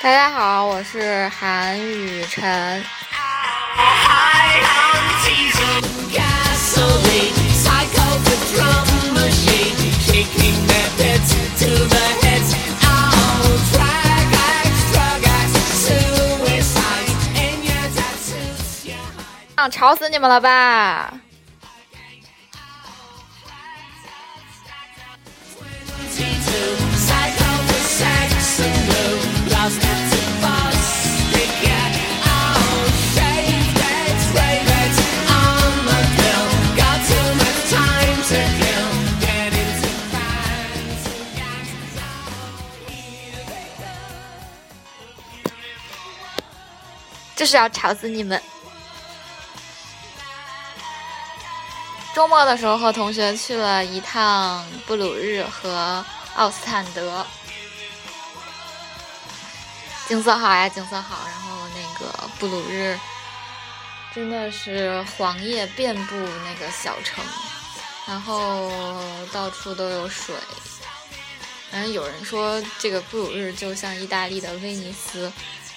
大家好，我是韩雨晨。吵死你们了吧！就是要吵死你们！周末的时候和同学去了一趟布鲁日和奥斯坦德，景色好呀，景色好。然后那个布鲁日真的是黄叶遍布那个小城，然后到处都有水。反正有人说这个布鲁日就像意大利的威尼斯，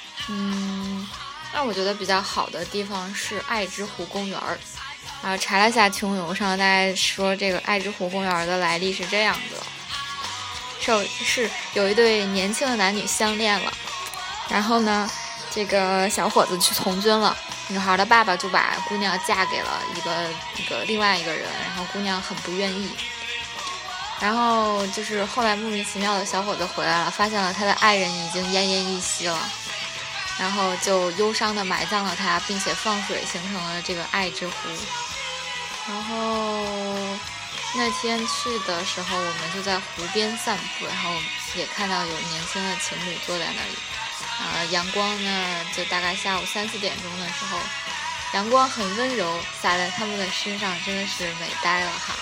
但我觉得比较好的地方是爱之湖公园。查了下穷游上，大概说这个爱之湖公园的来历是这样的：是有一对年轻的男女相恋了，然后呢，这个小伙子去从军了，女孩的爸爸就把姑娘嫁给了另外一个人，然后姑娘很不愿意。然后就是后来莫名其妙的小伙子回来了，发现了他的爱人已经奄奄一息了，然后就忧伤的埋葬了他，并且放水形成了这个爱之湖。然后那天去的时候，我们就在湖边散步，然后也看到有年轻的情侣坐在那里。阳光呢，就大概下午3-4点钟的时候，阳光很温柔，洒在他们的身上，真的是美呆了哈。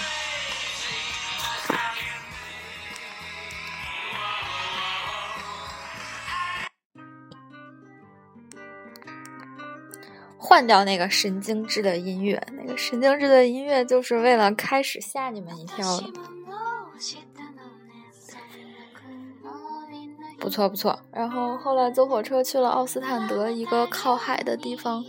换掉那个神经质的音乐，那个神经质的音乐就是为了开始吓你们一跳的。不错不错。然后后来坐火车去了奥斯坦德，一个靠海的地方，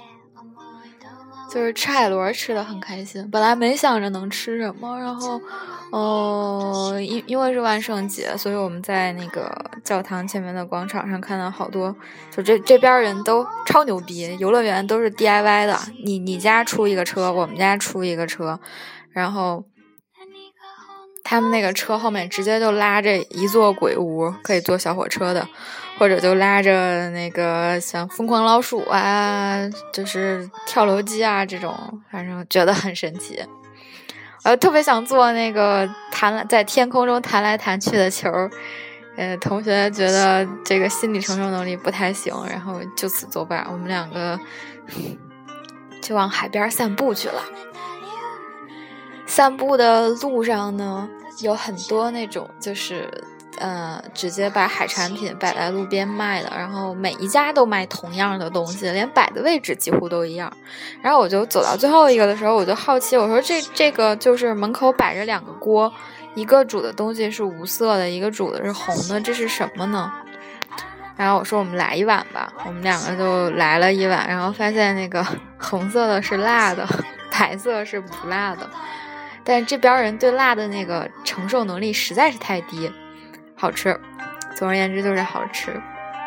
就是吃海螺吃得很开心。本来没想着能吃什么，然后因为是万圣节，所以我们在那个教堂前面的广场上看到好多，就这边人都超牛逼，游乐园都是 DIY 的，你家出一个车，我们家出一个车，然后他们那个车后面直接就拉着一座鬼屋，可以坐小火车的，或者就拉着那个像疯狂老鼠啊，就是跳楼机啊这种，反正觉得很神奇。我特别想做那个在天空中弹来弹去的球，同学觉得这个心理承受能力不太行，然后就此作罢，我们两个就往海边散步去了。散步的路上呢，有很多那种就是直接把海产品摆在路边卖的，然后每一家都卖同样的东西，连摆的位置几乎都一样。然后我就走到最后一个的时候，我就好奇，我说这个就是门口摆着2个锅，一个煮的东西是无色的，一个煮的是红的，这是什么呢？然后我说我们来一碗吧，我们2个就来了一碗，然后发现那个红色的是辣的，白色是不辣的，但是这边人对辣的那个承受能力实在是太低。好吃，总而言之就是好吃。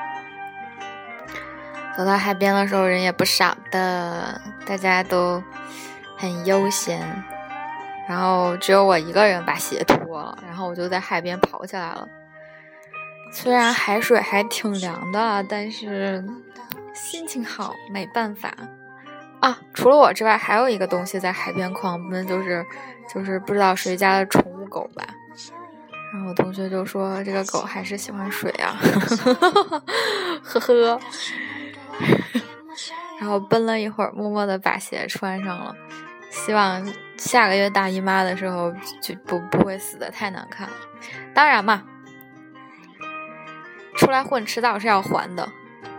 走到海边的时候人也不少的，大家都很悠闲，然后只有我一个人把鞋脱了，然后我就在海边跑起来了。虽然海水还挺凉的，但是心情好，没办法啊。除了我之外还有一个东西在海边狂奔，就是不知道谁家的宠物狗吧。然后我同学就说这个狗还是喜欢水啊，呵呵。然后奔了一会儿，默默的把鞋穿上了，希望下个月大姨妈的时候就不会死得太难看。当然嘛，出来混迟早是要还的。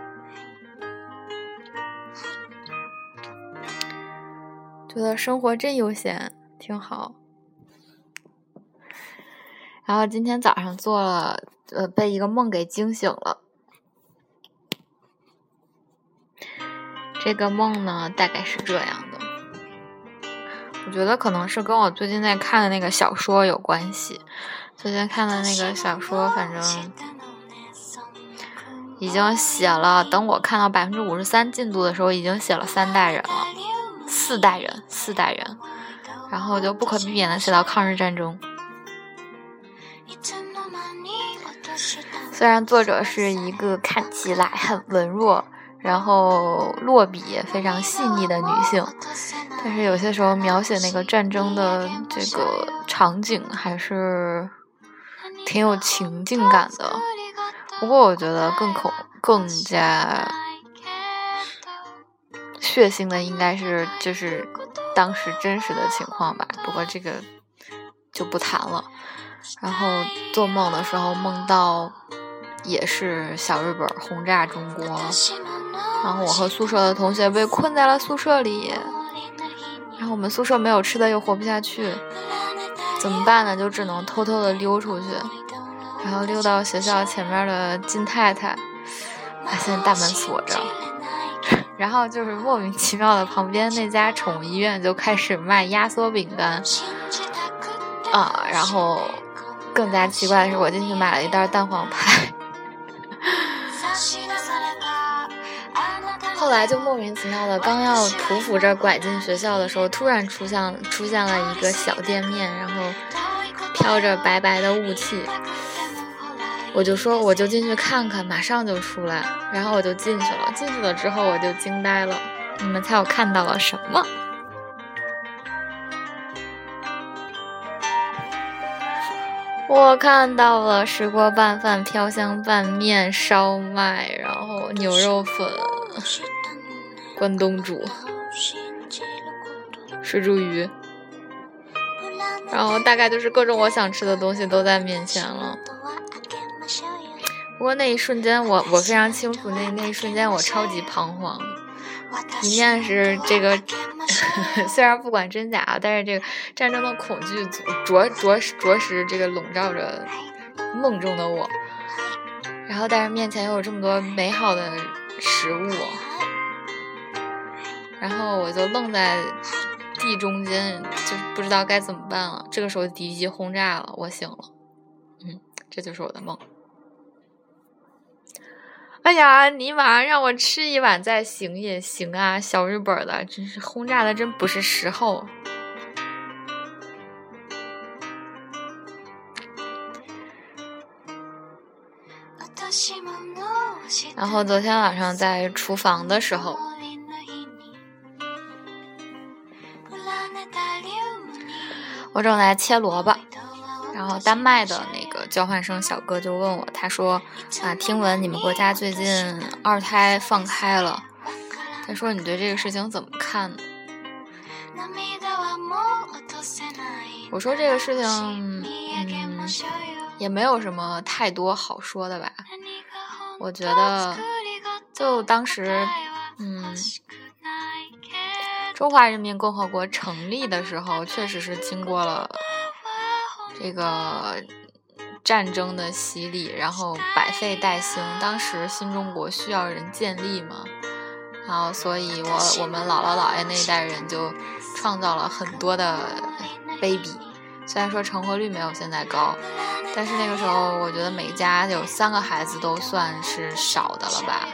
觉得生活真悠闲，挺好。然后今天早上做了，被一个梦给惊醒了。 这个梦呢大概是这样的，我觉得可能是跟我最近在看的那个小说有关系。最近看的那个小说反正已经写了，等我看到53%进度的时候已经写了3代人了，4代人，然后就不可避免的写到抗日战争。虽然作者是一个看起来很文弱，然后落笔非常细腻的女性，但是有些时候描写那个战争的这个场景还是挺有情境感的。不过我觉得更加血腥的应该是就是当时真实的情况吧，不过这个就不谈了。然后做梦的时候梦到也是小日本轰炸中国，然后我和宿舍的同学被困在了宿舍里，然后我们宿舍没有吃的又活不下去，怎么办呢？就只能偷偷的溜出去，然后溜到学校前面的金太太，发现大门锁着，然后就是莫名其妙的旁边那家宠物医院就开始卖压缩饼干然后更加奇怪的是我进去买了一袋蛋黄派后来就莫名其妙的刚要匍匐着拐进学校的时候，突然出现了一个小店面，然后飘着白白的雾气，我就说我就进去看看，马上就出来，然后我就进去了。进去了之后我就惊呆了，你们猜我看到了什么？我看到了石锅拌饭、飘香拌面、烧麦，然后牛肉粉、关东煮、水煮鱼，然后大概就是各种我想吃的东西都在面前了。不过那一瞬间我非常清楚，那一瞬间我超级彷徨，一面是这个虽然不管真假，但是这个战争的恐惧着实这个笼罩着梦中的我，然后但是面前又有这么多美好的食物，然后我就愣在地中间，就不知道该怎么办了。这个时候敌机轰炸了，我醒了，这就是我的梦。哎呀，你马上让我吃一碗再行也行啊，小日本的，真是轰炸的真不是时候。然后昨天晚上在厨房的时候，我正在切萝卜，然后丹麦的那个交换生小哥就问我，他说听闻你们国家最近2胎放开了，他说你对这个事情怎么看呢？我说这个事情也没有什么太多好说的吧，我觉得就当时中华人民共和国成立的时候确实是经过了这个战争的洗礼，然后百废待兴，当时新中国需要人建立嘛，然后所以我们姥姥姥爷那一代人就创造了很多的 baby， 虽然说成活率没有现在高，但是那个时候我觉得每家有3个孩子都算是少的了吧。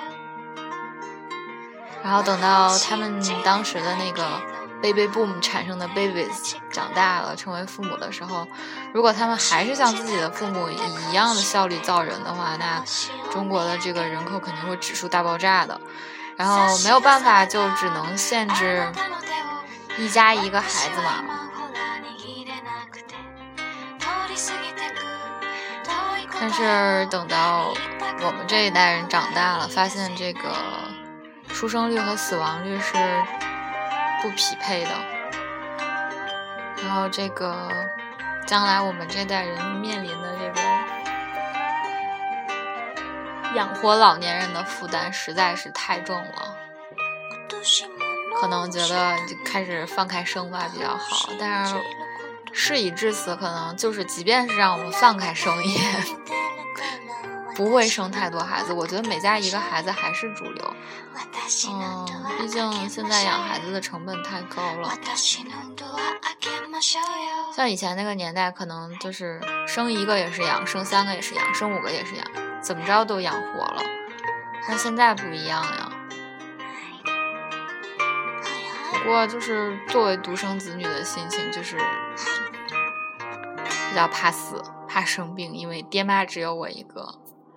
然后等到他们当时的那个 baby boom 产生的 babies 长大了成为父母的时候，如果他们还是像自己的父母一样的效率造人的话，那中国的这个人口肯定会指数大爆炸的。然后没有办法，就只能限制1家1个孩子嘛。但是等到我们这一代人长大了，发现这个出生率和死亡率是不匹配的，然后这个将来我们这代人面临的这个养活老年人的负担实在是太重了，可能觉得就开始放开生吧比较好，但是事已至此，可能就是即便是让我们放开生不会生太多孩子，我觉得每家一个孩子还是主流。毕竟现在养孩子的成本太高了。像以前那个年代，可能就是生1个也是养，生3个也是养，生5个也是养，怎么着都养活了。但现在不一样呀。不过就是作为独生子女的心情，就是比较怕死，怕生病，因为爹妈只有我一个。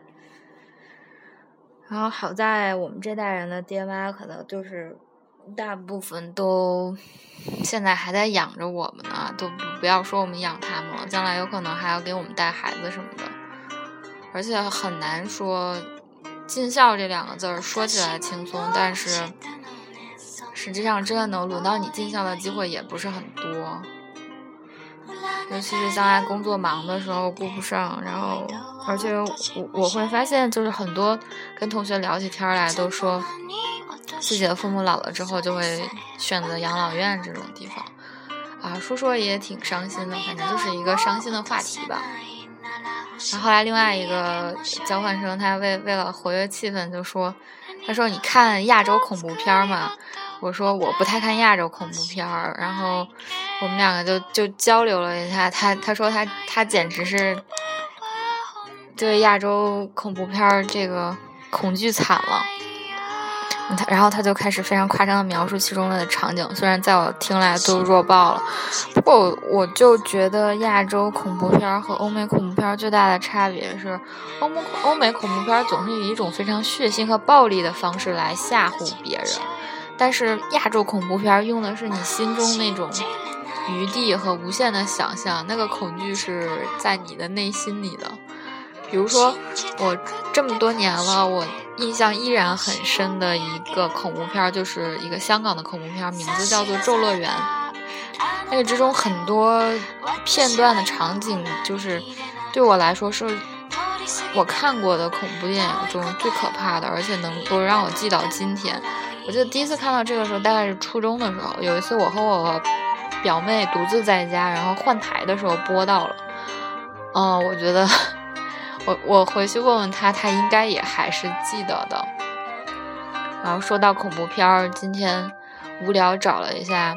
然后好在我们这代人的爹妈可能就是大部分都现在还在养着我们呢，都不要说我们养他们了，将来有可能还要给我们带孩子什么的。而且很难说尽孝这2个字儿说起来轻松，但是实际上真的能轮到你尽孝的机会也不是很多，尤其是将来工作忙的时候顾不上。然后而且我会发现，就是很多跟同学聊起天来都说自己的父母老了之后就会选择养老院这种地方啊，说也挺伤心的，反正就是一个伤心的话题吧。然后后来另外一个交换生，他为了活跃气氛就说，他说你看亚洲恐怖片吗？我说我不太看亚洲恐怖片，然后我们2个就交流了一下，他说他简直是对亚洲恐怖片这个恐惧惨了。然后他就开始非常夸张的描述其中的场景，虽然在我听来都弱爆了，不过我就觉得亚洲恐怖片和欧美恐怖片最大的差别是，欧美恐怖片总是以一种非常血腥和暴力的方式来吓唬别人，但是亚洲恐怖片用的是你心中那种余地和无限的想象，那个恐惧是在你的内心里的。比如说我这么多年了，我印象依然很深的一个恐怖片，就是一个香港的恐怖片，名字叫做《咒乐园》。那个之中很多片段的场景，就是对我来说是我看过的恐怖电影中最可怕的，而且能够让我记到今天。我记得第一次看到这个时候大概是初中的时候，有一次我和我表妹独自在家，然后换台的时候播到了。我觉得我回去问问他应该也还是记得的。然后说到恐怖片，今天无聊找了一下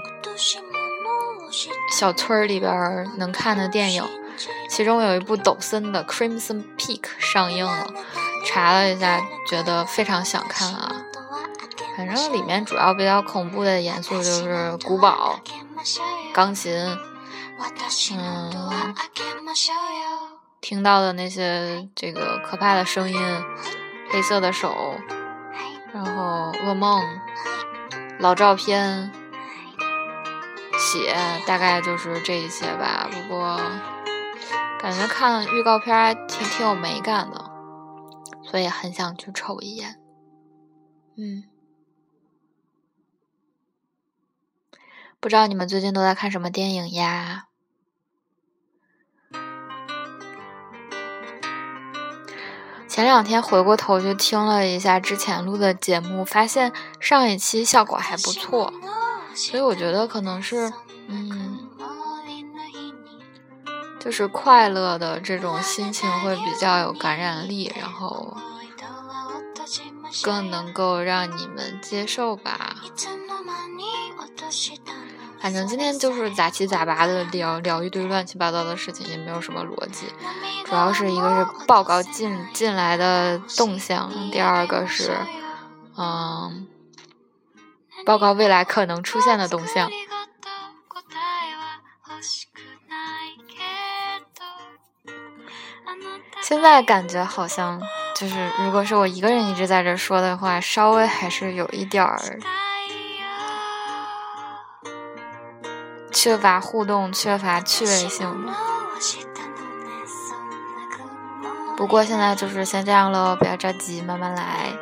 小村里边能看的电影，其中有一部抖森的 Crimson Peak 上映了，查了一下觉得非常想看啊。反正里面主要比较恐怖的元素就是古堡、钢琴，听到的那些这个可怕的声音，黑色的手，然后噩梦、老照片、血，大概就是这一些吧。不过感觉看预告片还挺有美感的，所以很想去瞅一眼。不知道你们最近都在看什么电影呀？前2天回过头就听了一下之前录的节目，发现上一期效果还不错，所以我觉得可能是就是快乐的这种心情会比较有感染力，然后更能够让你们接受吧。反正今天就是杂七杂八的聊一堆乱七八糟的事情，也没有什么逻辑，主要是一个是报告进来的动向，第二个是报告未来可能出现的动向。现在感觉好像就是如果是我一个人一直在这说的话，稍微还是有一点缺乏互动，缺乏趣味性。不过现在就是先这样咯，不要着急，慢慢来。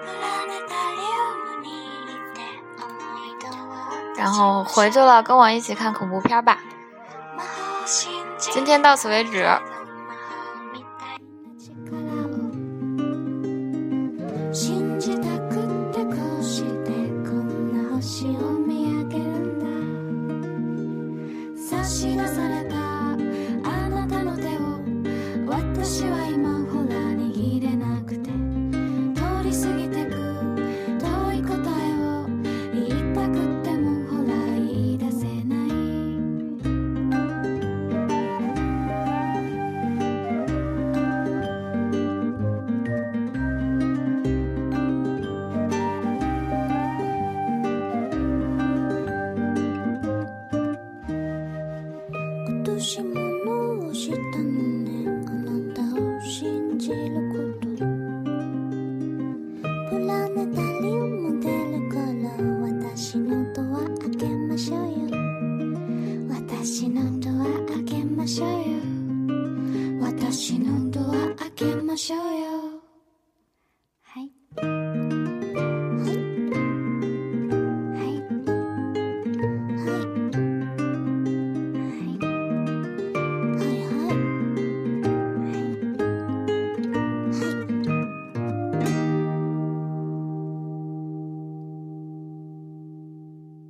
然后回去了跟我一起看恐怖片吧。今天到此为止。信じ